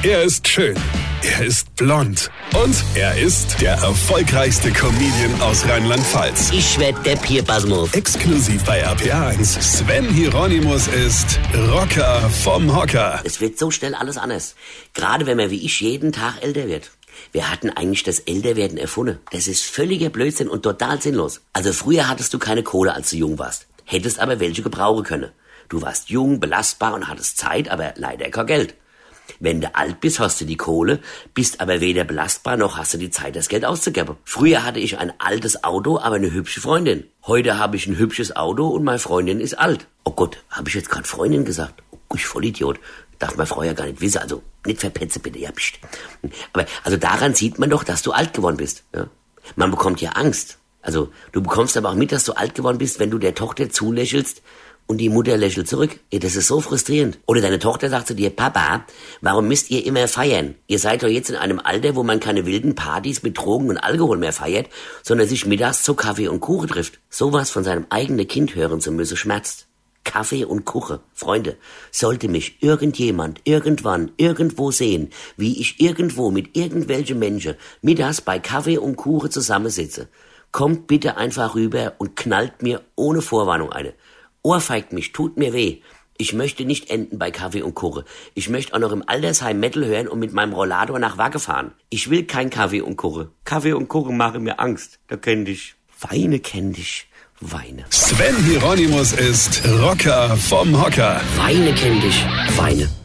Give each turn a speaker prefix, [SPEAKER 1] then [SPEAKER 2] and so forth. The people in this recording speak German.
[SPEAKER 1] Er ist schön. Er ist blond. Und er ist der erfolgreichste Comedian aus Rheinland-Pfalz.
[SPEAKER 2] Ich werd der Pierpasmus.
[SPEAKER 1] Exklusiv bei RPA1. Sven Hieronymus ist Rocker vom Hocker.
[SPEAKER 2] Es wird so schnell alles anders. Gerade wenn man wie ich jeden Tag älter wird. Wir hatten eigentlich das Älterwerden erfunden. Das ist völliger Blödsinn und total sinnlos. Also früher hattest du keine Kohle, als du jung warst. Hättest aber welche gebrauchen können. Du warst jung, belastbar und hattest Zeit, aber leider kein Geld. Wenn du alt bist, hast du die Kohle, bist aber weder belastbar, noch hast du die Zeit, das Geld auszugeben. Früher hatte ich ein altes Auto, aber eine hübsche Freundin. Heute habe ich ein hübsches Auto und meine Freundin ist alt. Oh Gott, habe ich jetzt gerade Freundin gesagt? Oh, ich Vollidiot. Darf meine Frau ja gar nicht wissen, also nicht verpetze bitte, ja pst. Aber also daran sieht man doch, dass du alt geworden bist. Ja? Man bekommt ja Angst. Also du bekommst aber auch mit, dass du alt geworden bist, wenn du der Tochter zulächelst und die Mutter lächelt zurück. Ja, das ist so frustrierend. Oder deine Tochter sagt zu dir, Papa, warum müsst ihr immer feiern? Ihr seid doch jetzt in einem Alter, wo man keine wilden Partys mit Drogen und Alkohol mehr feiert, sondern sich mittags zu Kaffee und Kuchen trifft. Sowas von seinem eigenen Kind hören zu müssen schmerzt. Kaffee und Kuchen. Freunde, sollte mich irgendjemand irgendwann irgendwo sehen, wie ich irgendwo mit irgendwelchen Menschen mittags bei Kaffee und Kuchen zusammensitze, kommt bitte einfach rüber und knallt mir ohne Vorwarnung eine. Ohrfeigt mich, tut mir weh. Ich möchte nicht enden bei Kaffee und Kuchen. Ich möchte auch noch im Altersheim Metal hören und mit meinem Rollator nach Wagge fahren. Ich will kein Kaffee und Kuchen. Kaffee und Kuchen machen mir Angst. Da kenn dich. Weine kenn dich. Weine.
[SPEAKER 1] Sven Hieronymus ist Rocker vom Hocker.
[SPEAKER 2] Weine kenn dich. Weine.